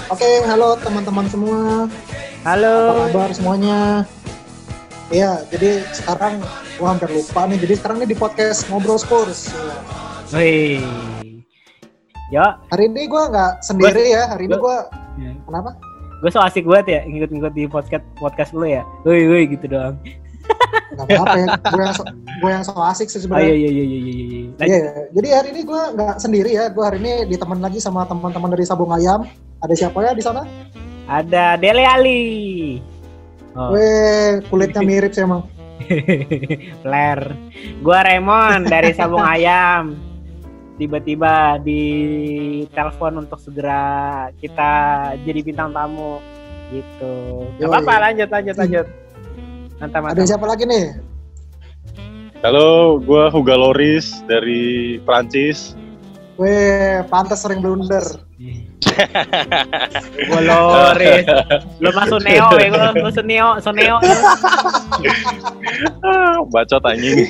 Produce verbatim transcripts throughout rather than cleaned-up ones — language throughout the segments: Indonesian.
Oke, halo teman-teman semua. Halo. Apa kabar semuanya? Iya, jadi sekarang gua hampir lupa nih. Jadi sekarang nih di podcast Ngobrol Spurs. Wih. Yo. Hari ini gua nggak sendiri gua, ya. Hari ini gua ya. Kenapa? Gue so asik banget ya ngikut-ngikut di podcast podcast lu ya. Woi woi gitu doang. Gak apa-apa ya. Gue yang so, gue yang so asik sih sebenarnya. Oh, iya iya iya iya iya. Iya. Jadi hari ini gua nggak sendiri ya. Gua hari ini ditemen lagi sama teman-teman dari Sabung Ayam. Ada siapa ya di sana? Ada Dele Ali. Oh. Weh, kulitnya mirip sih emang. Flair. Gua Raymond dari Sabung Ayam. Tiba-tiba di telepon untuk segera kita jadi bintang tamu gitu. Gak apa-apa, lanjut lanjut lanjut. Mantap, mantap. Ada siapa lagi nih? Halo, gue Hugo Loris dari Prancis. Weh, pantas sering blunder. Gue Loris, lu masuk Neo ya, gue masuk Neo, so Neo. Bacot anjing.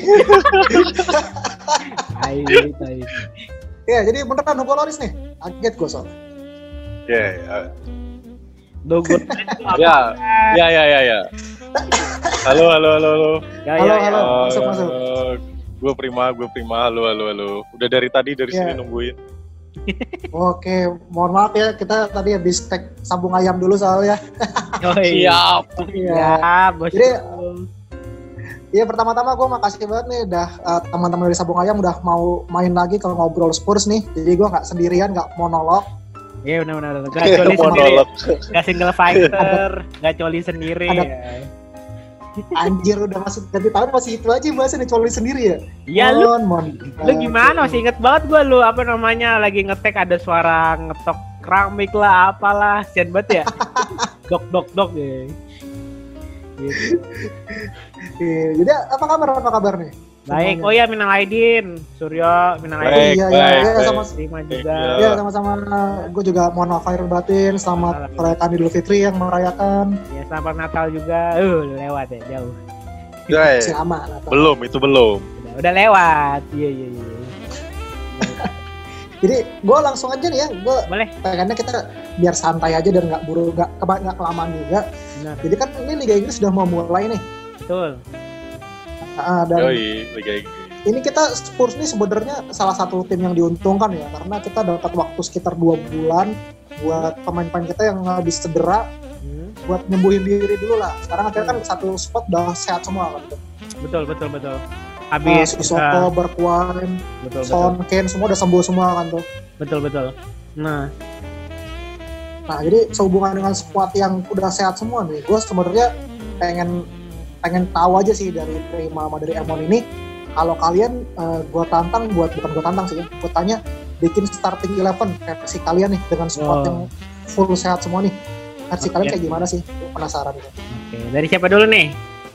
Ayo, ayo. Ya, jadi beneran Hugo Loris nih. Kaget gue soalnya. Ya, ya. Logo. Ya, ya, ya, ya, ya. Halo, halo, halo, halo. Ya, halo, ya, halo. ya. Masuk, masuk. Gue prima, gue prima. Halo, halo, halo. Udah dari tadi dari Ya. sini nungguin. Oke, mohon maaf ya, kita tadi habis tag Sabung Ayam dulu soalnya. Oh, iya. Siap. Ya, bos. Jadi, iya pertama-tama gue makasih banget nih udah uh, teman-teman dari Sabung Ayam udah mau main lagi kalau ngobrol Spurs nih. Jadi gue nggak sendirian, nggak monolog. Iya benar-benar. Gak coli sendiri. Gak single fighter. Gak coli sendiri. Ada, anjir udah masuk ganti tahun masih itu aja bahasanya coli sendiri ya. Iya lu. Mon, mon. Lu gimana? Masih inget banget gue lu apa namanya lagi ngetek ada suara ngetok keramik lah apalah. Sian banget ya. Dok dok dok ya. Gitu. Iya, jadi apa kabar apa kabar nih? Baik. Semuanya. Oh ya minal aidin. Suryo minal Baik, aidin. iya, baik, iya, baik. sama Terima juga. Iya. ya sama-sama. Gue juga mohon maaf lahir batin. Selamat merayakan Idul Fitri yang merayakan. Ya selamat Natal juga. Uh lewat ya jauh. Ya, Si aman. belum, itu belum. Udah, udah lewat. Iya iya iya. Jadi gue langsung aja nih ya. Gue Boleh. pengennya kita biar santai aja dan nggak buru, nggak keba- nggak kelamaan juga. Benar. Jadi kan ini Liga Inggris sudah mau mulai nih. Betul. Uh, dan Yoi, Liga Inggris. ini kita Spurs nih sebenarnya salah satu tim yang diuntungkan ya karena kita dapat waktu sekitar dua bulan buat pemain-pemain kita yang habis cedera Hmm. buat nyembuhin diri dulu lah. Sekarang akhirnya kan satu spot udah sehat semua kan. Betul betul betul. Uh, Habis Sissoko, Bergwijn, betul betul. Son, Kane semua udah sembuh semua kan tuh. Betul betul. Nah, Nah jadi sehubungan dengan squad yang udah sehat semua nih, gue sebenarnya pengen pengen tahu aja sih dari Prima sama dari Emon ini. Kalau kalian uh, gue tantang buat bukan gue tantang sih, gue tanya bikin starting eleven versi kalian nih dengan squad Oh. yang full sehat semua nih. Versi Oke. kalian kayak gimana sih? Gua penasaran gitu. oke. Dari siapa dulu nih?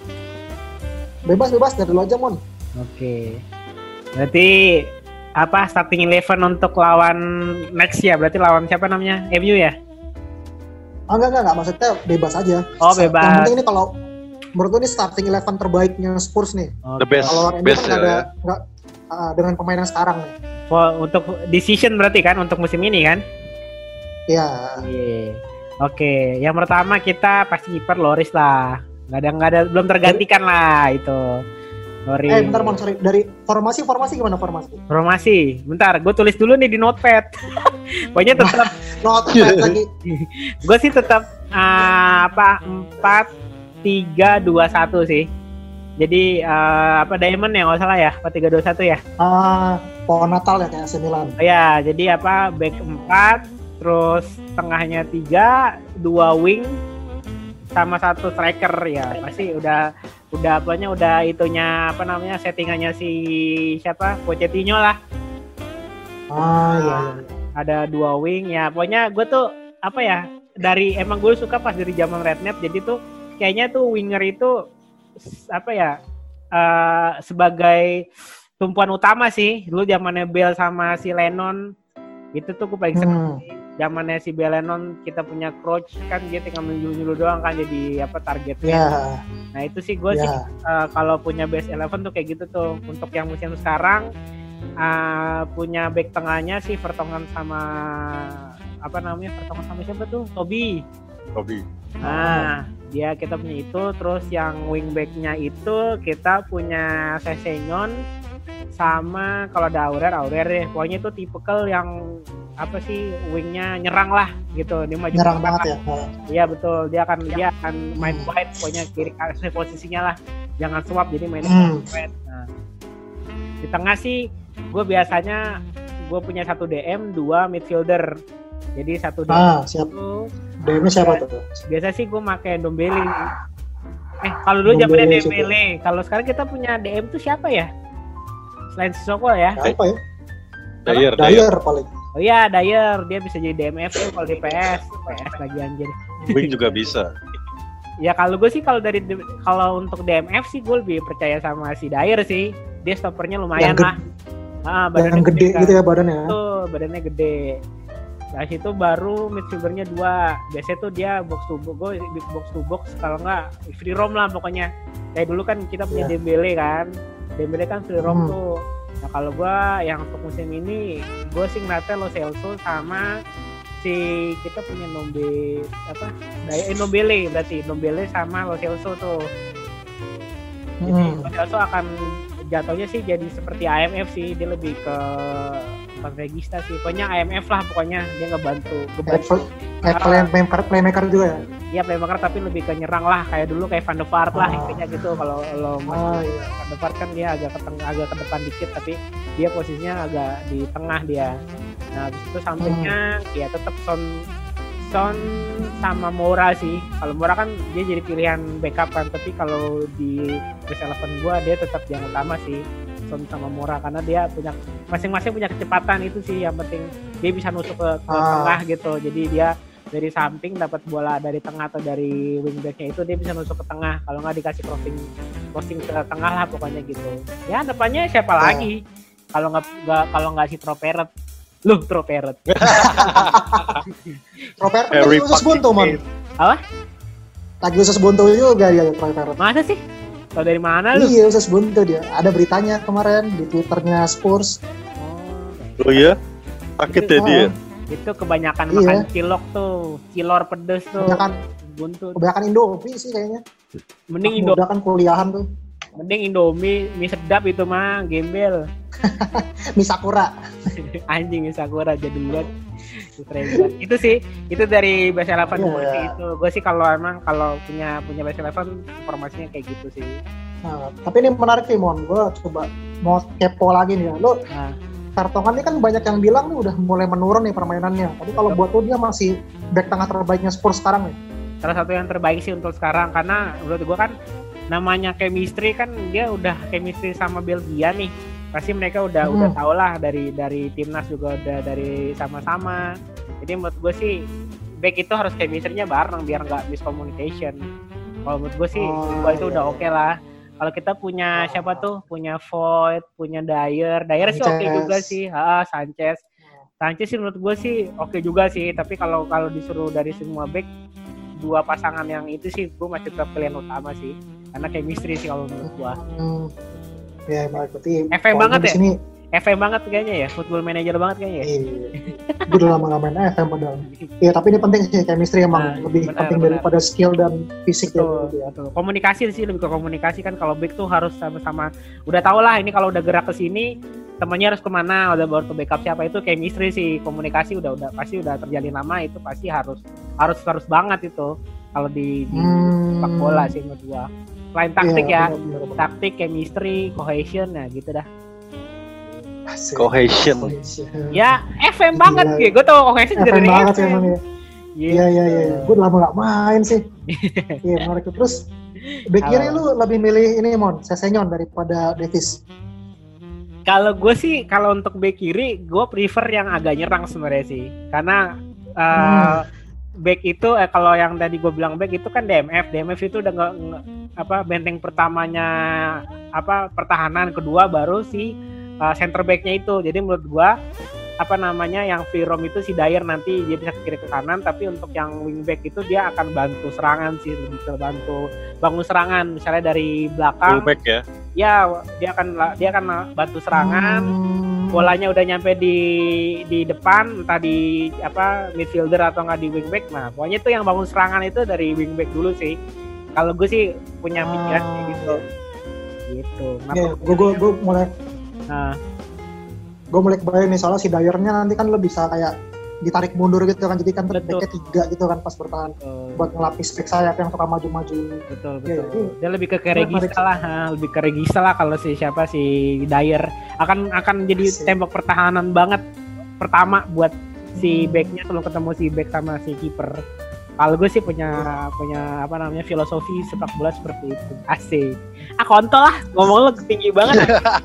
Bebas bebas dari lo aja Mon. Oke. Berarti apa starting eleven untuk lawan next ya? Berarti lawan siapa namanya? M U ya? Ah enggak enggak enggak maksudnya bebas aja. Oh, Yang bebas. penting ini kalau menurut gue ini starting eleven terbaiknya Spurs nih. The best, Kalau lawan M U best kan nggak ada ya. nggak uh, dengan pemain yang sekarang nih. For, untuk decision berarti kan untuk musim ini kan? Ya. Iya. Oke, yang pertama kita pasti kiper Loris lah. Nggak ada nggak ada belum tergantikan lah itu. Loris. Eh bentar Mon, sorry. Dari formasi formasi gimana formasi? Formasi. Bentar, gue tulis dulu nih di notepad. Pokoknya tetap Not bad lagi. gue sih tetap uh, apa empat tiga dua satu sih. Jadi uh, apa Diamond ya nggak salah ya, empat tiga dua satu ya. Ah, pohon Natal ya kayak Milan. Oh ya, jadi apa back empat, terus tengahnya tiga, dua wing sama satu striker ya. Pasti udah udah apanya udah itunya apa namanya settingannya si siapa? Pochettino lah. Ah iya. iya. Ada dua wing ya. Pokoknya gue tuh apa ya? Dari emang gue suka pas dari zaman Redknapp. Jadi tuh kayaknya tuh winger itu apa ya? Uh, sebagai tumpuan utama sih. Dulu zamannya Bale sama si Lennon itu tuh gue paling seneng. Hmm. Zamannya si Bale Lennon kita punya Crouch kan dia tinggal nyuruh-nyuruh doang kan jadi apa targetnya. Ya. Nah itu sih gue Ya. sih uh, kalau punya base eleven tuh kayak gitu tuh. Untuk yang musim sekarang uh, punya back tengahnya sih Vertonghen sama apa namanya pertemuan sama siapa tuh? Toby. Toby. Nah, dia kita punya itu, terus yang wingback-nya itu kita punya Sessegnon sama kalau ada Aurier, Aurier deh. Pokoknya itu tipikal yang apa sih wingnya nyerang lah gitu. Dia maju nyerang banget ya. Iya betul, dia akan dia akan main wide, pokoknya kiri kanan posisinya lah. Jangan swap jadi main Hmm. wide. Nah, di tengah sih gue biasanya gue punya satu D M, dua midfielder. Jadi satu D M Ah, siap. itu D M-nya siapa tuh? biasa sih gue pakai Ndombele. Eh kalau dulu zamannya Ndombele Dembele, kalau sekarang kita punya D M tuh siapa ya? Selain Sissoko ya? Siapa ya? Dyer, Dyer. Dyer paling. Oh iya, Dyer, dia bisa jadi D M F tuh kalau di P S, P S lagi anjir. Wing juga bisa. Ya kalau gue sih kalau dari kalau untuk D M F sih gue lebih percaya sama si Dyer sih. Dia stoppernya lumayan Yang lah. Ah, Yang gede kan. gitu ya badannya. Tuh, badannya gede. Nah situ baru midfieldernya dua. Biasanya tuh dia box to box, gue box to box kalau nggak free roam lah pokoknya. Kayak dulu kan kita punya Yeah. Dembele kan. Dembele kan free roam Hmm. tuh. Nah kalau gue yang untuk musim ini gue sih ngeliatnya Lo Celso sama si kita punya Nombe apa? Eh, Ndombele berarti Ndombele sama Lo Celso tuh. Jadi Hmm. Lo Celso akan jatuhnya sih jadi seperti A M F sih, dia lebih ke bukan regista sih, pokoknya A M F lah pokoknya dia ngebantu ngebantu Kayak playmaker, playmaker juga ya. Iya playmaker tapi lebih ke nyerang lah, kayak dulu kayak Van de Vaart lah Ah. intinya gitu. Kalau lo Ah, masuk iya. Van de Vaart kan dia agak ke tengah, agak ke depan dikit tapi dia posisinya agak di tengah dia. Nah habis itu sampingnya ya tetap Son Son sama Moura sih. Kalau Moura kan dia jadi pilihan backup kan, tapi kalau di base eleven gua dia tetap yang utama sih, Son sama Moura, karena dia punya masing-masing punya kecepatan. Itu sih yang penting, dia bisa nusuk ke, ke Ah. tengah gitu. Jadi dia dari samping dapat bola dari tengah atau dari wingbacknya itu dia bisa nusuk ke tengah. Kalau nggak dikasih crossing crossing ke tengah lah pokoknya gitu. Ya depannya siapa Ah. lagi? Kalau nggak nggak kalau nggak si Troperet. Loh, Troperet. Troper Harry lagi usus buntu, man. Apa? Lagi usus buntu juga dia Troper. Masa sih? Tau dari mana lu? Iya, usus buntu dia. Ada beritanya kemarin di Twitternya Spurs. Oh, Oh iya? Sakit ya dia? itu kebanyakan Iya. makan cilok tuh, cilor pedes tuh. Kebanyakan Buntu. kebanyakan Indomie sih kayaknya. Mending Muda Indomie, kan kuliahan tuh. mending Indomie, mie sedap itu mah, gembel. Misakura. Anjing Sakura jadi lihat. Itu sih, itu dari Base Eleven Iya, gue iya. sih itu. Gue sih kalau emang kalau punya punya Base Eleven informasinya kayak gitu sih. Nah, tapi ini menarik sih, Mon. Gue coba mau kepo lagi nih. Lo Nah, Vertonghen ini kan banyak yang bilang nih udah mulai menurun nih permainannya. Tapi kalau buat lo dia masih back tengah terbaiknya Spurs sekarang nih. salah satu yang terbaik sih untuk sekarang, karena menurut gue kan namanya chemistry kan dia udah chemistry sama Belgia nih. Pasti mereka udah Hmm. udah tau lah dari dari timnas juga udah dari sama-sama. Jadi menurut gue sih back itu harus chemistry-nya bareng biar nggak miscommunication. Kalau menurut gue sih Oh, gua itu iya, udah iya. oke lah. Kalau kita punya siapa tuh? Punya Void, punya Dyer. Dyer sih oke Sanchez. juga sih. Ah, Sanchez. Sanchez sih menurut gue sih oke juga sih. Tapi kalau kalau disuruh dari semua back, dua pasangan yang itu sih gue masih tetap pilihan utama sih. Karena chemistry sih kalau menurut gue. Hmm. Ya, baik. Berarti F M banget di ya? sini, F M banget kayaknya ya, football manager banget kayaknya ya. iya. Gue udah lama nggak main F M padahal. Iya, tapi ini penting sih, chemistry emang Nah, lebih benar, penting benar. daripada skill dan fisik ya. Betul, gitu ya. betul. Komunikasi sih, lebih ke komunikasi kan. Kalau back tuh harus sama-sama udah tau lah ini kalau udah gerak ke sini temannya harus kemana, udah baru ke backup siapa, itu chemistry sih, komunikasi udah udah pasti udah terjalin lama, itu pasti harus harus harus banget itu kalau di, di Hmm. sepak bola sih menurut gua. Selain taktik Iya, ya, benar, benar, benar. taktik, chemistry, cohesion, nah gitu dah. Asik. Cohesion. Cohesion. Ya F M Gila. banget gitu, gue tau cohesion F M dari banget sih F M. emang ya. Iya, iya, iya. Gue udah lama nggak main sih. Iya, menarik. Terus back kiri lu lebih milih ini, Mon, Sessegnon daripada Davis. Kalau gue sih, kalau untuk back kiri, gue prefer yang agak nyerang sebenarnya sih, karena uh, Hmm. back itu eh, kalau yang tadi gue bilang back itu kan D M F, D M F itu udah nggak nggak- apa benteng pertamanya apa pertahanan, kedua baru si uh, center backnya itu. Jadi menurut gue apa namanya yang free roam itu si Dyer nanti dia bisa ke kiri ke kanan, tapi untuk yang wingback itu dia akan bantu serangan sih, lebih ke bantu bangun serangan, misalnya dari belakang. Fullback ya. Ya dia akan dia akan bantu serangan. Hmm. bolanya udah nyampe di di depan, entah di apa midfielder atau nggak di wingback, nah pokoknya itu yang bangun serangan itu dari wingback dulu sih. Kalau gue sih punya pikiran kayak gitu. Gitu. Ya, gue gue gue mulai. Nah, gue mulai kebayang nih soalnya si Dyer-nya nanti kan lo bisa kayak ditarik mundur gitu kan, jadi kan backnya tiga gitu kan pas bertahan, betul. Buat ngelapis back sayap yang suka maju-maju. Betul betul. Ya, dia lebih ke Regista lah, ha, lebih ke Regista lah kalau si siapa si Dyer akan akan jadi Asik. Tembok pertahanan banget pertama buat si backnya kalau ketemu si back sama si kiper. Kalau gue sih punya punya apa namanya filosofi sepak bola seperti itu. Asik. Ah kontol lah, ngomong lo tinggi banget.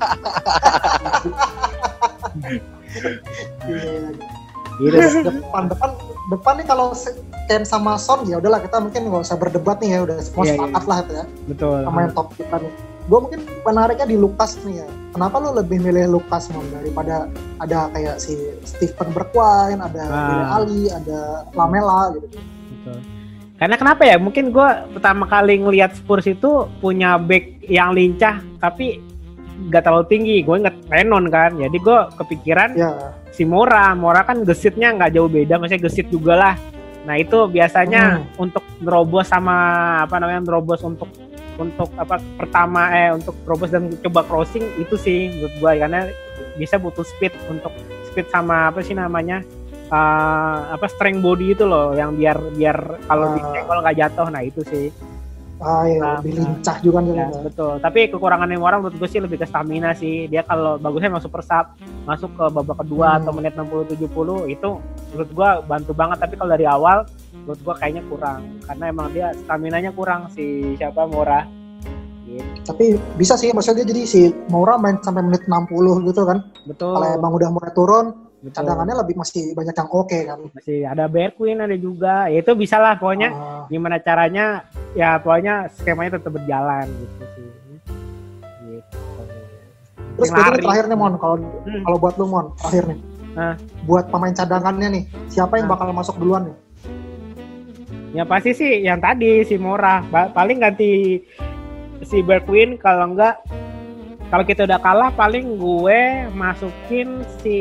Gitu. depan depan depan nih kalau Ken sama Son ya udahlah kita mungkin nggak usah berdebat nih ya, udah semua yeah, sepakat yeah. lah itu ya. Betul. Sama yang top kita nih. Gue mungkin menariknya di Lucas nih ya. Kenapa lu lebih milih Lucas Mon daripada ada kayak si Steven Bergwijn, ada ah. Dele Alli, ada Lamela gitu. Betul. Karena kenapa ya? Mungkin gue pertama kali ngelihat Spurs itu punya back yang lincah tapi gak terlalu tinggi. Gue inget Renon kan, jadi gue kepikiran yeah. si Mora. Mora kan gesitnya gak jauh beda, maksudnya gesit juga lah. Nah itu biasanya hmm. untuk nerobos sama apa namanya nerobos untuk untuk apa pertama eh untuk nerobos dan coba crossing itu sih menurut gue, karena bisa butuh speed untuk speed sama apa sih namanya uh, apa strength body itu loh yang biar biar kalau uh. disenggol nggak jatuh. Nah itu sih. Ah iya, nah, lebih lincah juga kan ya, betul. Tapi kekurangannya orang menurut gue sih lebih ke stamina sih. Dia kalau bagusnya masuk super sub, masuk ke babak kedua hmm. atau menit enam puluh tujuh puluh itu menurut gue bantu banget. Tapi kalau dari awal menurut gue kayaknya kurang, karena emang dia staminanya kurang si siapa Mora. Gitu. Tapi bisa sih, maksudnya dia jadi si Mora main sampai menit enam puluh gitu kan. Betul. Kalau emang udah mulai turun, betul. Cadangannya lebih masih banyak yang oke okay, kan. Masih ada Bergwijn ada juga. Ya itu bisa lah pokoknya. Uh. Gimana caranya ya pokoknya skemanya tetap berjalan gitu sih. Gitu. Terus ini terakhir nih Mon, kalau hmm. kalau buat lu Mon, terakhir nih. Nah. Buat pemain cadangannya nih, siapa yang nah. bakal masuk duluan nih? Ya pasti sih yang tadi si Mora. Ba- paling ganti si Bergwijn, kalau enggak kalau kita udah kalah paling gue masukin si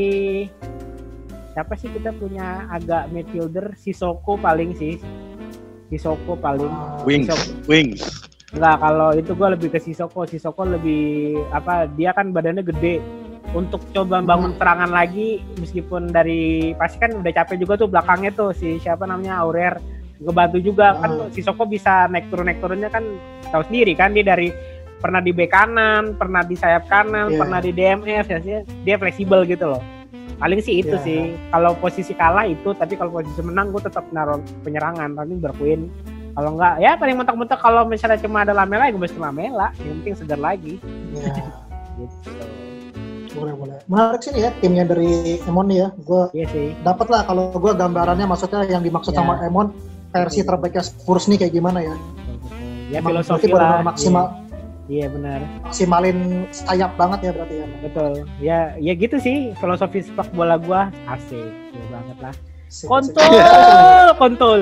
siapa sih kita punya agak midfielder Sissoko paling sih. Sissoko paling. Wings, Sissoko. Wings. Enggak, kalau itu gue lebih ke Sissoko. Sissoko lebih apa? Dia kan badannya gede. Untuk coba bangun serangan lagi, meskipun dari pasti kan udah capek juga tuh belakangnya tuh si siapa namanya Aurier ngebantu juga kan. Sissoko bisa naik turun naik turunnya kan tahu sendiri kan, dia dari pernah di bek kanan, pernah di sayap kanan, yeah. pernah di D M F ya, dia fleksibel gitu loh. Paling sih itu yeah. sih. Kalau posisi kalah itu, tapi kalau posisi menang gue tetap naruh penyerangan, paling Bergwijn. Kalau enggak ya paling mentok-mentok kalau misalnya cuma ada Lamela ya gue mesti Lamela, yang penting segar lagi. Yeah. Gitu. Boleh boleh. Menarik sih ya timnya dari Emon nih ya. Gue iya sih. Dapat lah kalau gue gambarannya, maksudnya yang dimaksud yeah. sama Emon versi yeah. terbaiknya Spurs nih kayak gimana ya? Ya filosofi lah. Maksimal. Iya benar. Maksimalin sayap banget ya berarti ya. Betul. Ya ya gitu sih filosofi sepak bola gua, asik. Ya banget lah. Kontol, kontol.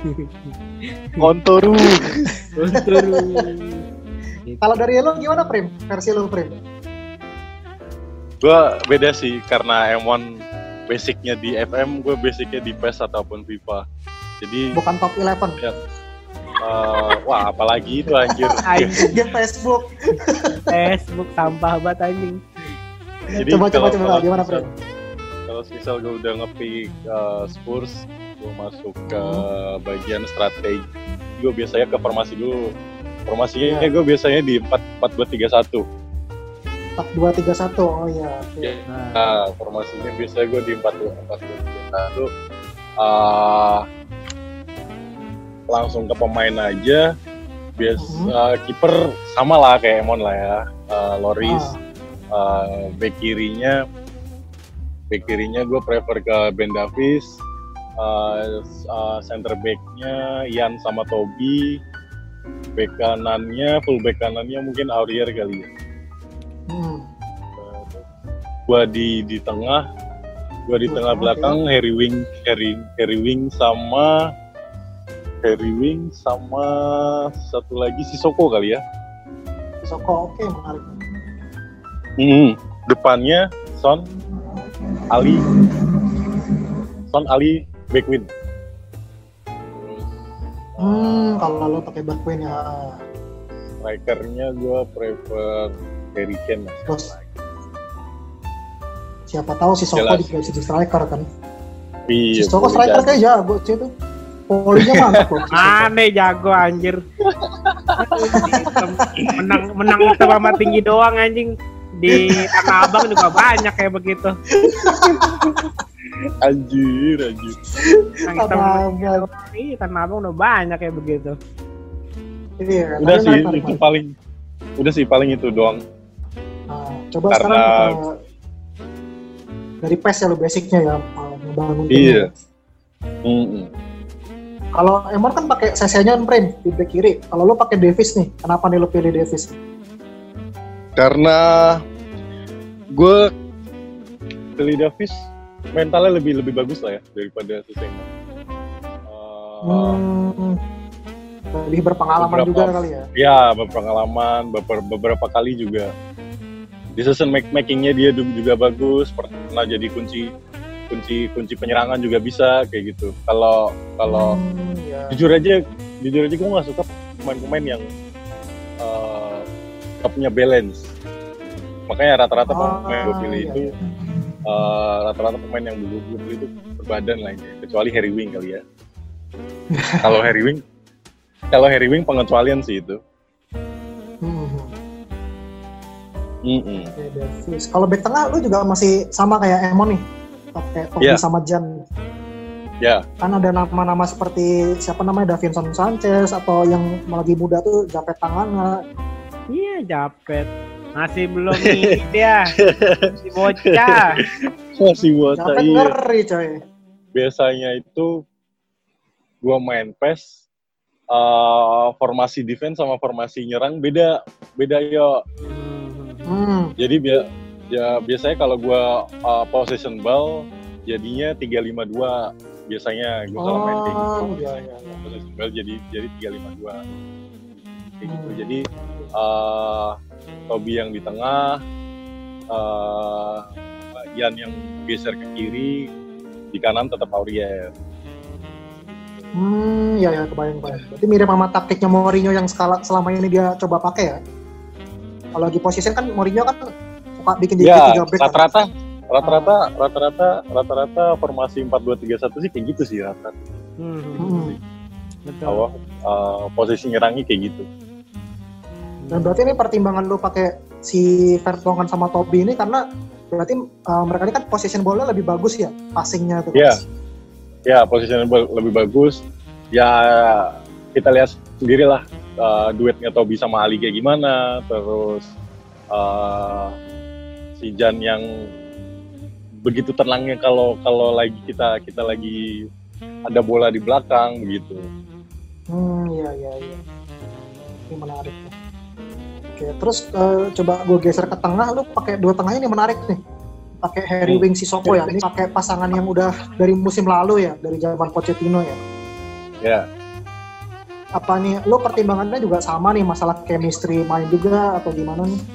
Kontoru. Kontoru. Kalau dari lo gimana Prim? Versi lo Prim? Gua beda sih karena M satu basicnya di F M, gue basicnya di P E S ataupun FIFA. Jadi bukan top eleven. Ya. Uh, wah apalagi itu anjir. Dia Facebook. Facebook sampah banget anjing. Jadi coba coba kalau, coba gimana Fred? Kalau misal gue udah nge-pick uh, Spurs, gue masuk ke hmm. bagian strategi. Gue biasanya ke formasi dulu. Formasinya yeah. gue biasanya di empat empat dua tiga satu. empat dua tiga satu. Oh iya. Okay. Nah, formasinya biasanya gue di empat dua tiga satu. Uh, langsung ke pemain aja. Biasa uh-huh. uh, kiper sama lah kayak Emon lah ya. Uh, Loris. Uh. Uh, back kirinya back kirinya gue prefer ke Ben Davies. Uh, uh, center backnya Ian sama Toby. Back kanannya full back kanannya mungkin Aurier kali ya. Hmm. Uh, gua di di tengah, gua di tengah belakang Harry Wing, Harry Harry Wing sama Harry Wing sama satu lagi Sissoko kali ya. Sissoko oke okay, menarik. Hmm, depannya Son Ali, Son Ali Backwin. Hmm, kalau lo pakai Backwin ya. Strikernya gue prefer Harry Kane. Terus siapa tahu si Soko juga jadi striker kan? Iya. Si Soko striker kayak jago sih itu. Polinya mantap loh. Aneh jago anjir. menang menang itu sama tinggi doang anjing. Di Tanah Abang juga banyak kayak begitu. Anjir, anjir. Tanah Abang. Iya, Tanah Abang udah banyak kayak begitu. Iya, udah sih itu marik. paling udah sih paling itu doang. Nah, coba Karena... sekarang uh, dari P E S ya lo basicnya ya membangun tim. Iya. Mm-hmm. Kalau Emon kan pakai Sessegnon Prim di back kiri. Kalau lo pakai Davis nih, kenapa nih lo pilih Davis? Karena gue pilih Davis mentalnya lebih lebih bagus lah ya daripada Sessegnon. Uh, hmm, lebih berpengalaman beberapa, juga kali ya? Ya, berpengalaman, beberapa, beberapa kali juga. Decision makingnya dia juga bagus, pernah jadi kunci kunci kunci penyerangan juga bisa kayak gitu. Kalau kalau hmm, ya. jujur aja jujur aja gue nggak suka pemain-pemain yang uh, gak punya balance. Makanya rata-rata oh, pemain yang gue pilih iya, itu iya. Uh, rata-rata pemain yang gue pilih itu berbadan lah ya. Kecuali Harry Winks kali ya. Kalau Harry Winks kalau Harry Winks pengecualian sih itu. Hmm. Mm-mm. Okay, kalau back tengah lu juga masih sama kayak Emon nih, pakai Toby yeah. sama Jan. Ya. Yeah. Kan ada nama-nama seperti siapa namanya Davinson Sanchez atau yang lagi muda tuh Japet Tanganga. Iya Japet, masih belum ini dia, masih bocah. Masih bocah. Japet iya. ngeri coy. Biasanya itu gua main P E S. Uh, formasi defense sama formasi nyerang beda beda yo. Hmm. Jadi bi- ya biasanya kalau gue uh, possession ball jadinya tiga lima dua biasanya gue kalau main kayak gitu. Iya, iya, iya. Possession ball jadi jadi tiga lima dua kayak gitu. Jadi uh, Toby yang di tengah, uh, Ian yang geser ke kiri, di kanan tetap Aurier. Hmm, ya ya kebayang-kebayang. Berarti mirip sama taktiknya Mourinho yang skala, selama ini dia coba pakai ya. Kalau lagi position kan Mourinho kan suka bikin jadi ya, tiga back. Rata-rata, kan? rata-rata, rata-rata, rata-rata formasi empat dua tiga satu sih kayak gitu sih rata. Hmm. hmm. Betul. Awal, uh, posisi nyerangnya kayak gitu. Dan berarti ini pertimbangan lu pakai si Vertonghen sama Toby ini karena berarti uh, mereka ini kan position bola lebih bagus ya, passingnya tuh. Iya. Ya, positionnya lebih bagus. Ya, kita lihat sendirilah uh, duetnya Toby sama Ali kayak gimana. Terus uh, si Jan yang begitu tenangnya kalau kalau lagi kita kita lagi ada bola di belakang begitu. Hmm, iya iya iya. Ini menarik. Oke, terus uh, coba gue geser ke tengah. Lu pakai dua tengahnya ini menarik nih. Pakai Harry hmm. Winks Sissoko ya. Ini pakai pasangan yang udah dari musim lalu ya, dari zaman Pochettino ya. Ya. Yeah. Apa nih, lo pertimbangannya juga sama nih, masalah chemistry main juga atau gimana nih?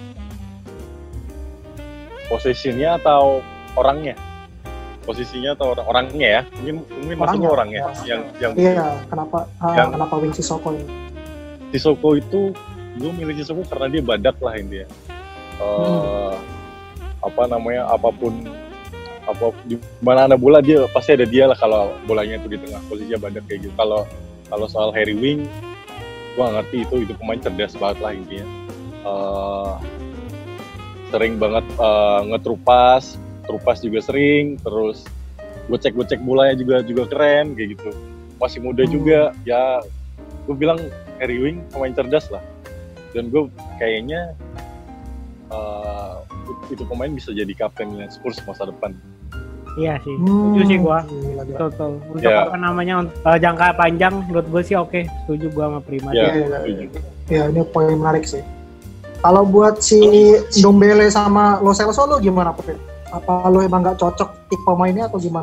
Posisinya atau orangnya? Posisinya atau orang orangnya ya? Mungkin mungkin maksudnya orangnya orangnya. yang yang Iya, kenapa yang, ah, kenapa Winks Sissoko ini? Sissoko itu gue milih Sissoko karena dia badak lah intinya. Uh, hmm. apa namanya apapun apa di mana ada bola dia pasti ada dia lah kalau bolanya itu di tengah posisinya badak kayak gitu. Kalau kalau soal Harry Winks gua ngerti itu itu pemain cerdas banget lah intinya. Uh, sering banget uh, ngetrupas, trupas juga sering, terus gocek-gocek bolanya juga juga keren kayak gitu. Masih muda hmm. juga ya, gue bilang Harry Winks pemain cerdas lah. Dan gue kayaknya uh, itu pemain bisa jadi kaptennya Spurs masa depan. Iya sih, setuju hmm. sih gua. Betul-betul. Untuk yeah. apa namanya uh, jangka panjang menurut gua sih oke. Okay. Setuju gua sama Prima. Iya, ya, ya, ya, ini poin menarik sih. Kalau buat si Ndombele sama Lo Celso lo gimana, Put? Apa lo emang nggak cocok tipe pemainnya atau gimana?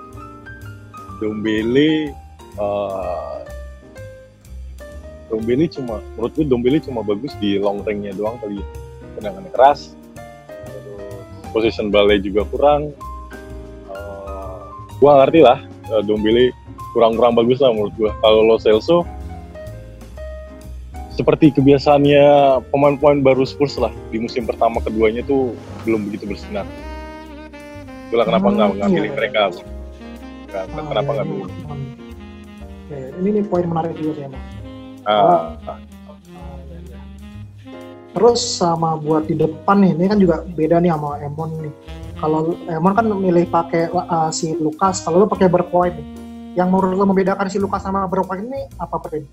Ndombele uh, Ndombele cuma menurut gua Ndombele cuma bagus di long range-nya doang kali ya. Tendangannya keras. Position ball juga kurang, gua ngerti lah, uh, Dombele kurang-kurang bagus lah menurut gua. Kalau Lo Celso seperti kebiasaannya pemain-pemain baru Spurs lah, di musim pertama keduanya tuh belum begitu bersinar. Itulah kenapa nggak hmm, ngambil iya. mereka. Nggak, ah, kenapa nggak iya, iya. Ya, ini nih poin menarik juga sih emang. Ah. Ah, terus sama buat di depan nih, ini kan juga beda nih sama Emon nih. Kalau Emon kan milih pakai uh, si Lucas, kalau lu pakai Bergwijn nih. Yang menurut lu membedakan si Lucas sama Bergwijn ini apa, Prin?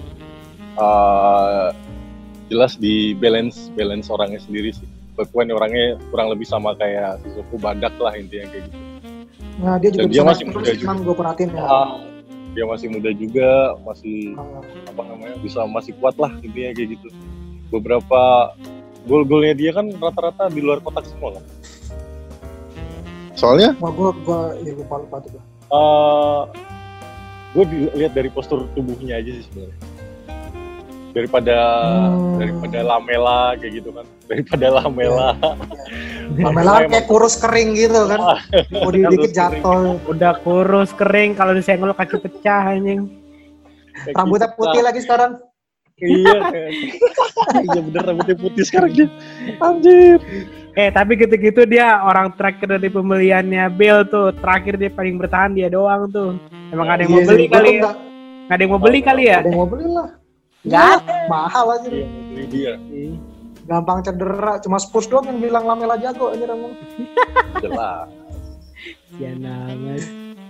Uh, jelas di balance balance orangnya sendiri sih. Bergwijn orangnya kurang lebih sama kayak Sissoko, badak lah intinya kayak gitu. Nah dia juga Dan dia masih muda juga. Gue perhatiin ya. Uh, dia masih muda juga, masih uh. apa namanya bisa masih kuat lah intinya kayak gitu. Beberapa gol-golnya dia kan rata-rata di luar kotak semua kan. Soalnya? Wah gue gue ya lupa lupa tuh. Uh, gue lihat dari postur tubuhnya aja sih sebenarnya. Daripada hmm. daripada Lamela kayak gitu kan, daripada Lamela. Ya. Lamela kan kayak kurus kering gitu kan. Mau dikit jatuh. Udah kurus kering, kalau disenggol kaki pecah anjing. Rambutnya putih lagi sekarang. Iya, iya bener rambutnya putih sekarang dia. Anjir. Eh tapi gitu-gitu dia orang terakhir dari pembeliannya Bale tuh, terakhir dia paling bertahan dia doang tuh. Emang ada yang mau beli kali ya? Gak ada yang mau beli kali ya? Ada yang mau beli lah. Gak? Mahal aja. Iya, mau beli dia. Gampang cedera, cuma Spurs doang yang bilang Lamela jago aja Ramon. Jelas. Sian amat.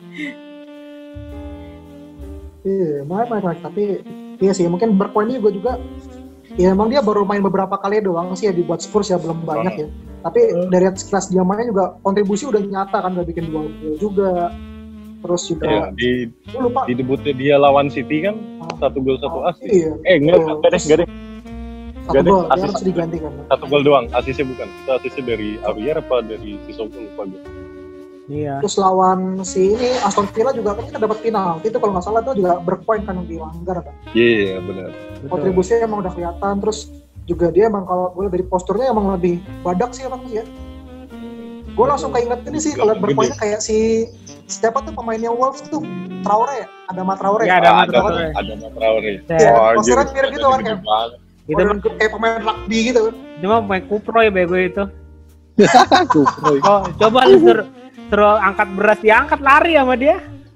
Iya, maaf-maaf tapi iya sih, mungkin Bergwijn juga juga ya emang dia baru main beberapa kali doang sih ya dibuat Spurs ya, belum banyak ya. Tapi uh. dari sekelas dia mainnya juga kontribusi udah nyata kan, udah bikin dua gol juga. Terus juga ya, di lupa. Di debutnya dia lawan City kan oh. satu gol satu asis. Iya. Eh enggak, enggak deh, enggak deh. Satu gol, dia harus diganti kan. Satu gol doang, asisnya bukan. Itu asisnya dari Aurier apa dari Sissoko lupa gue. Iya. Terus lawan si ini Aston Villa juga kan kita dapat penalti itu kalau nggak salah itu juga Bergwijn kan yang dilanggar kan. Iya yeah, benar. Kontribusinya emang udah kelihatan, terus juga dia emang kalau gue dari posturnya emang lebih badak sih emang sih ya. Gue langsung keinget ini sih kalau Bergwijn kayak si siapa tuh pemainnya Wolves tuh Traore ya, Adama Traore. Iya Adama Traore. Adama Traore. Iya, posturnya mirip gitu kan kayak. Itu mah kayak pemain rugby gitu kan. Itu mah pemain Kupro ya bego itu. Kupro. Oh, coba lu suruh suruh angkat beras, diangkat lari sama dia.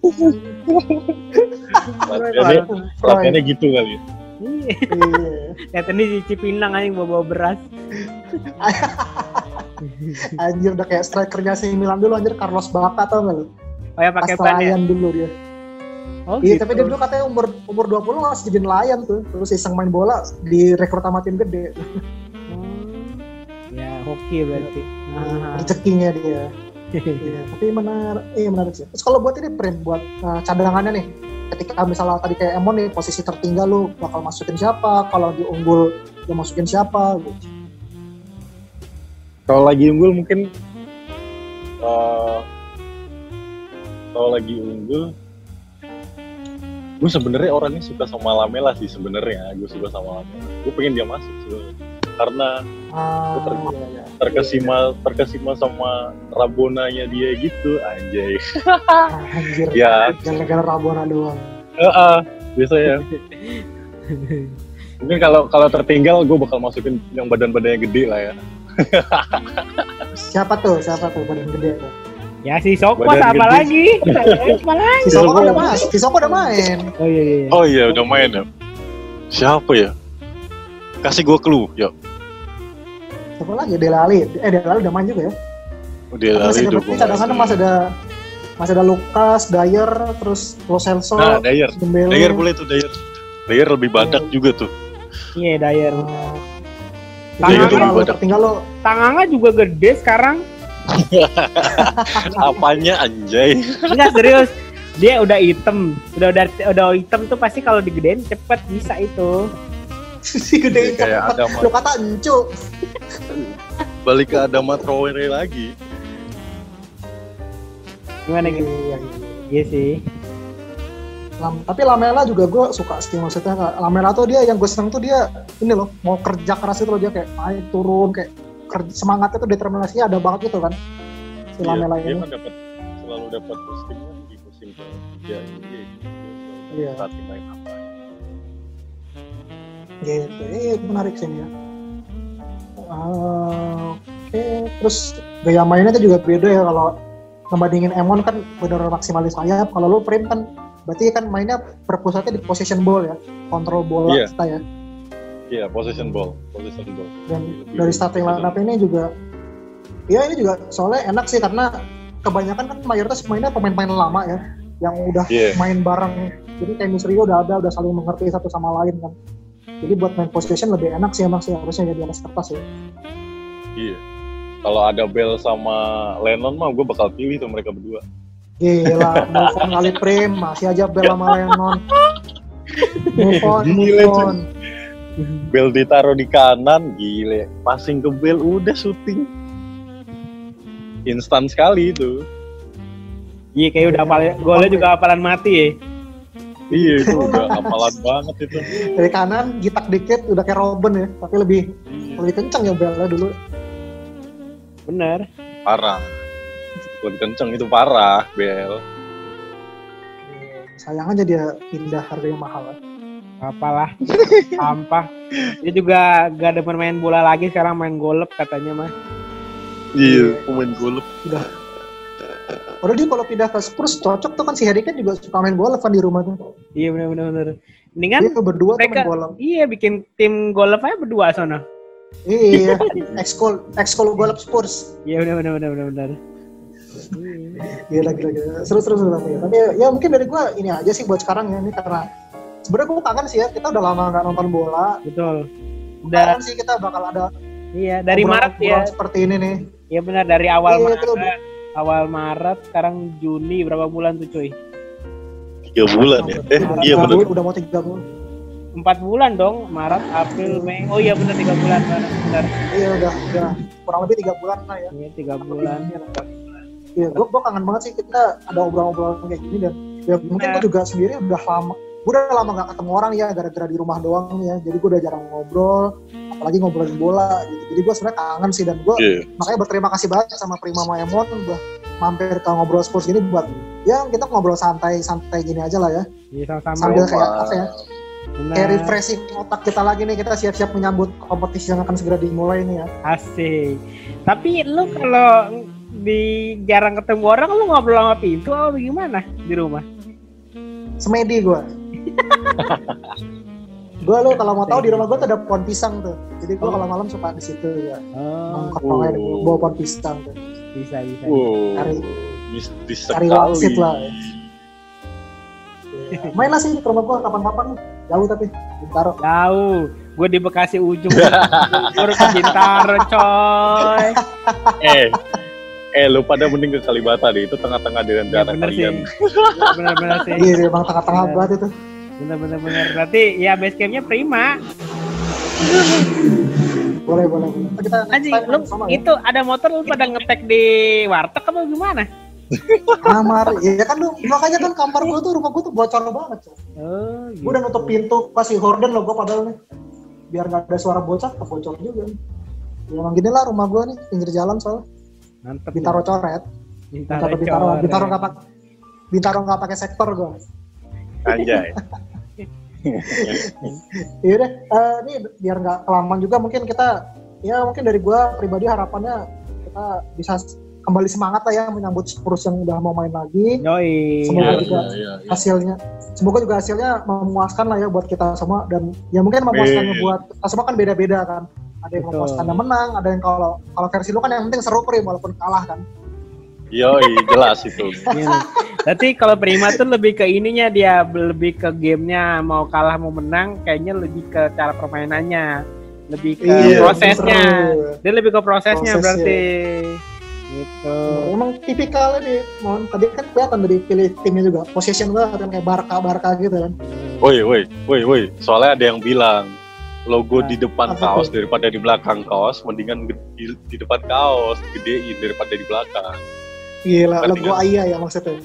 Latihannya gitu kali ya. Iya. Lihat ini si Cipinang aja bawa-bawa beras. Anjir udah kayak strikernya si Milan dulu anjir, Carlos Bacca tau gak lu? Oh ya pakai ban ya? Dulu dia. Oh iya, gitu. Tapi dia dulu katanya umur umur dua puluh masih jadi nelayan tuh. Terus iseng main bola direkrut sama tim gede. Hmm. Ya hoki berarti. Nah. Rezekinya dia. Iya, tapi menarik, eh menarik sih. Terus kalau buat ini Prim, buat uh, cadangannya nih, ketika misalnya tadi kayak Emon nih posisi tertinggal lu bakal masukin siapa? Kalau lagi unggul lu masukin siapa? Gitu. Kalau lagi unggul mungkin, uh, kalau lagi unggul, gue sebenarnya orangnya suka sama Lamela sih sebenarnya. Gue suka sama Lamela. Gue pengen dia masuk sebenarnya. Karena ah, ter- iya, iya. terkesima terkesima sama Rabonanya dia gitu, anjay. Ah, anjir. Ya. Gara-gara Rabona doang. Heeh, uh, uh, biasanya. Mungkin kalau kalau tertinggal gue bakal masukin yang badan-badannya gede lah ya. Siapa tuh? Siapa tuh badan gede tuh? Ya si Soko apa lagi? Apa lagi? Si Soko udah main. Si Soko udah main. Oh iya iya. Oh iya udah main ya. Siapa ya? Kasih gue clue, yuk. Siapa lagi? Dele Alli. Eh Dele Alli udah main juga ya. Oh, Dele Alli udah main. Cadangannya masih ada masih ada Lucas, Dyer, terus Lo Celso. Nah, Dyer. Dyer boleh tuh Dyer. Dyer lebih badak yeah. juga tuh. Iya, yeah, Dyer. Uh, Tangannya tinggal lo. Tangannya juga gede sekarang. Apanya anjay? Enggak serius. Dia udah hitam. Udah udah udah hitam tuh pasti kalau digedein cepet bisa itu. Si gede kayak Adama. Lo kata encu. Balik ke Adama Traore lagi. Gimana gitu? Iya, iya sih. Lam, tapi Lamela juga gue suka sih maksudnya. Lamela tuh dia yang gue seneng tuh dia ini loh mau kerja keras itu loh, dia kayak naik turun kayak kerja, semangatnya tuh determinasinya ada banget gitu kan. Si iya, Lamela dia ini. Dia kan dapat selalu dapat posting kan di musim ketiga ini. Iya. Berarti main apa? Gitu, eh menarik sih ya. Uh, Oke, okay. Terus gaya mainnya tuh juga beda ya kalau ngebandingin Emon kan bener maksimalis sayap. Kalau lu Prim kan berarti kan mainnya berpusatnya di possession ball ya, kontrol bola yeah. kita ya. Iya, yeah, possession ball, possession ball. Dan lebih dari starting lineup ini juga, ya ini juga soalnya enak sih karena kebanyakan kan mayoritas mainnya pemain-pemain lama ya, yang udah yeah. main bareng. Jadi chemistry udah ada, udah saling mengerti satu sama lain kan. Jadi buat main possession lebih enak sih emang sih harusnya jadi atas kertas ya. Iya. Kalau ada Bell sama Lennon mah gue bakal pilih tuh mereka berdua. Gila, move on kali Prim, masih aja Bell sama Lennon. Move on, move on. Bell ditaruh di kanan, gile. Passing ke Bell, udah syuting. Instan sekali itu. Iya, kayak udah hafal, golnya juga hafalan mati ya. Iya, itu udah hafalan banget itu. Dari kanan, gitak dikit, udah kayak Robin ya. Tapi lebih iya. lebih kenceng ya Bellnya dulu. Bener. Parah. Bukan kenceng, itu parah, Bell. Sayang aja dia pindah harganya mahal ya. Apalah, sampah. Dia juga gak ada main bola lagi, sekarang main golep katanya mah. Iya, main golep. Udah. Padahal dia kalau pindah ke Spurs cocok tuh kan si Harry Kane juga suka main golf kan di rumah tuh. Iya benar-benar benar. Ini kan dia berdua mereka, main golf. Iya bikin tim golf aja berdua sana. Iya, ekskul ekskul golf Spurs. Iya benar-benar benar-benar benar. Iya lagi-lagi seru-seru tapi ya. Tapi ya mungkin dari gua ini aja sih buat sekarang ya ini karena sebenarnya gua kangen sih ya kita udah lama nggak nonton bola. Betul. Udah kangen sih kita bakal ada. Iya dari Maret ya. Seperti ini nih. Iya benar dari awal iya, Maret. Awal Maret, sekarang Juni, berapa bulan tuh cuy? Tiga bulan ya? Eh iya benar. Udah mau tiga bulan. Empat bulan dong, Maret, April, Mei. Oh iya benar tiga bulan, benar. Iya udah, udah kurang lebih tiga bulan lah ya. Iya tiga bulan. Iya, gue gue kangen banget sih kita ada obrolan-obrolan kayak gini dan ya mungkin gue juga sendiri udah lama, gue udah lama gak ketemu orang ya gara-gara di rumah doang ya. Jadi gue udah jarang ngobrol, apalagi ngobrolin bola gitu. Jadi gue sebenarnya kangen sih dan gue yeah. makanya berterima kasih banget sama Prima sama Emon udah mampir ke ngobrol Spurs gini buat ya kita ngobrol santai-santai gini aja lah ya. Iya sama-sama. Sambil kayak apa ya? Benar. Kayak refreshing otak kita lagi nih, kita siap-siap menyambut kompetisi yang akan segera dimulai nih ya. Asik. Tapi lu kalau di jarang ketemu orang lu ngobrol sama pintu atau gimana di rumah? Semedi gue. Gue lo kalau mau tahu di rumah gue tuh ada pohon pisang tuh. Jadi gue oh. kalau malam suka di situ ya. Oh. Nongkrong oh. bawa pohon pisang tuh. Bisa bisa. Oh. Cari Mistis cari wangsit lah. Ya. Ya. Main lah sih ke rumah gue kapan-kapan. Jauh tapi Bintaro. Jauh. Gue di Bekasi ujung. Gue ke Bintaro coy. Eh. Eh, lu pada mending ke Kalibata deh, itu tengah-tengah di rencana ya, kalian. Bener-bener sih. Iya, emang tengah-tengah banget itu. Bener-bener bener. Berarti ya base campnya prima. Boleh, boleh, boleh. Kita Anjing, lu sama, itu ya? Ada motor lu pada ngetek di warteg apa gimana? Kamar, iya kan lu, makanya kan kamar gua tuh, rumah gua tuh bocor banget. Oh, gitu. Gua udah nutup pintu, pasti horden loh gua padahal nih. Biar gak ada suara bocor, kebocor juga nih. Ya emang gini lah rumah gua nih, pinggir jalan soalnya. Mantep. Bintaro ya. Coret. Bintaro, Bintaro, Bintaro, Bintaro nggak pakai, Bintaro nggak pakai sektor gue. Anjay. Iya deh, uh, ini biar nggak kelamaan juga mungkin kita, ya mungkin dari gue pribadi harapannya kita bisa kembali semangat lah ya menyambut Spurs yang udah mau main lagi. Yoi. Semoga ya, juga ya, ya. hasilnya, semoga juga hasilnya memuaskan lah ya buat kita semua dan ya mungkin memuaskannya e. buat kita semua kan beda-beda kan. Ada yang memuaskan yang menang, ada yang kalau kalau versi lu kan yang penting seru Prim walaupun kalah kan. Yoi, jelas itu. Berarti kalau Prima tuh lebih ke ininya dia lebih ke gamenya mau kalah mau menang kayaknya lebih ke cara permainannya, lebih ke iya, prosesnya. Dia lebih ke prosesnya, prosesnya. Berarti. Gitu. Nah, emang tipikalnya nih, mohon tadi kan kelihatan dari pilih timnya juga possession banget kan kayak Barca Barca gitu kan. Woi woi woi woi, soalnya ada yang bilang logo nah, di depan kaos itu? Daripada di belakang kaos, mendingan di, di depan kaos gedein daripada di belakang. Gila, logo Aya ya maksudnya.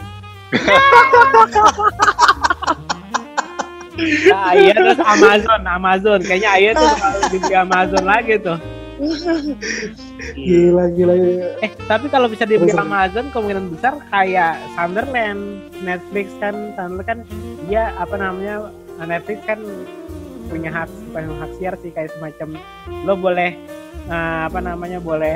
Nah, Aya terus Amazon, Amazon. Kayaknya Aya tuh kalau di Amazon lagi tuh. Gila, gila, gila. Eh, tapi kalau bisa dibeli Terus, Amazon, kemungkinan besar kayak Sunderland, Netflix kan, Sunderland kan dia apa namanya, Netflix kan punya hak, bukan hak siar sih, kayak semacam lo boleh uh, apa namanya, boleh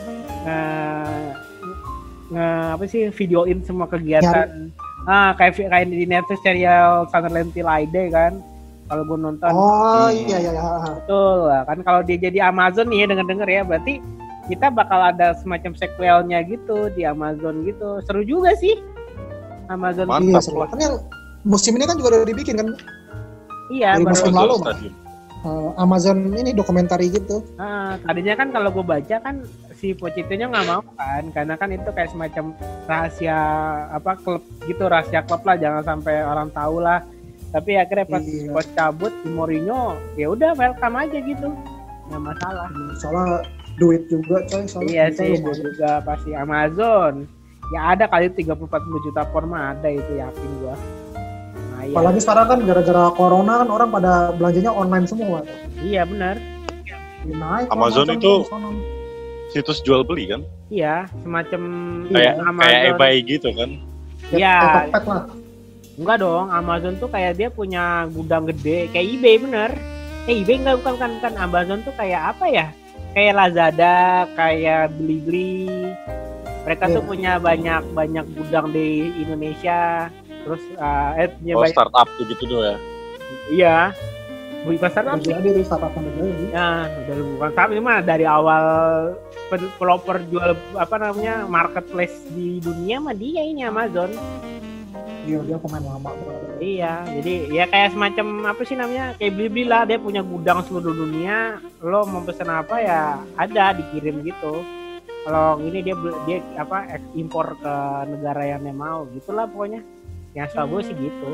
uh, nge apa sih, videoin semua kegiatan. Ah, kayak kayak di Netflix serial Sunderland Till I Die kan. Kalau gue nonton. Oh iya iya iya. Betul lah kan, kalau dia jadi Amazon nih ya, denger-denger ya, berarti kita bakal ada semacam sequelnya gitu di Amazon gitu. Seru juga sih. Amazon. Iya, seru. Kan yang musim ini kan juga udah dibikin kan? Iya, dari baru musim lalu mah. Uh, Amazon ini dokumentari gitu. Nah, tadinya kan kalau gue baca kan si Pochettino nggak mau kan, karena kan itu kayak semacam rahasia apa klub gitu, rahasia klub lah, jangan sampai orang tahu lah. Tapi akhirnya pas iya. Coach cabut di Mourinho, ya udah welcome aja gitu, nggak masalah. Soalnya duit juga coy. Iya sih, duit juga pasti. Amazon ya ada kali tiga puluh sampai empat puluh juta pound mah ada, itu yakin gua. Nah, iya. Apalagi sekarang kan gara-gara corona kan orang pada belanjanya online semua. Iya benar. Naik, Amazon itu situs jual beli kan? Iya, semacam kayak Amazon. kayak eBay gitu kan? Iya. lah. Enggak dong, Amazon tuh kayak dia punya gudang gede, kayak eBay bener. Eh eBay enggak, bukan kan, kan Amazon tuh kayak apa ya? Kayak Lazada, kayak Blibli. Mereka yeah. tuh punya banyak banyak gudang di Indonesia. Terus uh, eh punya oh, banyak startup tuh gitu tuh ya. Iya. Bukan startup sih. Jadi startup lagi. Ya, udah bukan startup, ini mah dari awal developer jual apa namanya, marketplace di dunia mah dia ini Amazon. Iya, dia pemain lama bro. Iya, jadi ya kayak semacam apa sih namanya, kayak Blibli lah, dia punya gudang seluruh dunia. Lo mau pesen apa ya ada, dikirim gitu. Kalau ini dia dia apa impor ke negara yang dia mau, gitulah pokoknya. Yang setahu gue sih gitu.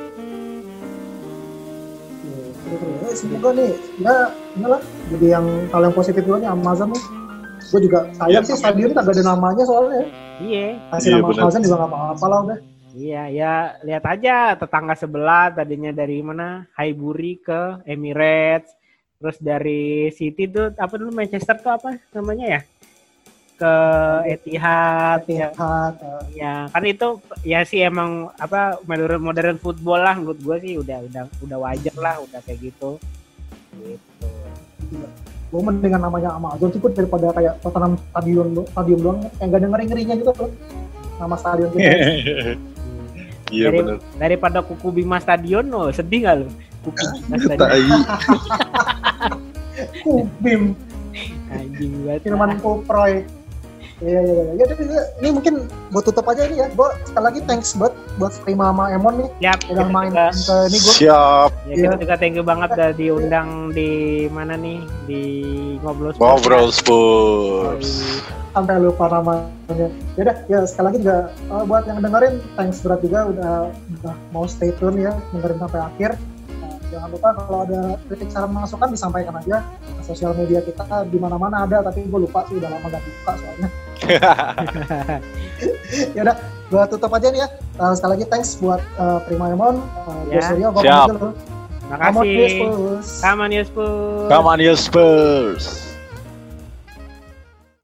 Ya, semoga nih, ya inilah jadi yang hal yang positif juga nih Amazon nih. Gue juga sayang ya, sih stadion kagak ada namanya soalnya. Iya. Kasih iya, nama bener. Amazon juga nggak apa-apa lah udah. Iya, ya lihat aja tetangga sebelah tadinya dari mana, Highbury ke Emirates, terus dari City tuh apa dulu, Manchester tuh apa namanya ya, ke Etihad, Etihad. Ya, ya kan itu ya sih emang apa modern modern football lah menurut gue sih, udah udah udah wajar lah, udah kayak gitu. Gitu. Gue mendingan namanya Amazon cukup daripada kayak Tottenham Stadion stadion doang, kayak gak ada ngeri-ngerinya juga tuh nama stadion gitu. Iya Dari, benar. Daripada Kuku Bima Stadion, lo sedih nggak lo? Kuku Bima Stadion. Kubim. Anjing banget. Firman Kuproy. Iya iya iya. Ya, ya, ini mungkin buat tutup aja ini ya. Gue sekali lagi thanks buat buat Prima sama Emon nih. Siap. Udah main juga, ke ini gue. Siap. Ya, kita juga thank you banget udah diundang di mana nih, di Ngobrol Spurs. Ngobrol Spurs. Sampai lupa namanya. Yaudah, ya sekali lagi juga uh, buat yang dengerin, thanks berat juga udah, udah mau stay tune ya, dengerin sampai akhir. Nah, jangan lupa kalau ada kritik saran masukan disampaikan aja ke sosial media kita, di mana-mana ada, tapi gue lupa sih, udah lama gak dibuka soalnya. Yaudah, gue tutup aja nih ya. Uh, sekali lagi thanks buat uh, Prima Emon, uh, ya. Suryo, gue Siap. dulu. Makasih. Come on, Come on, Spurs. Come on, Spurs.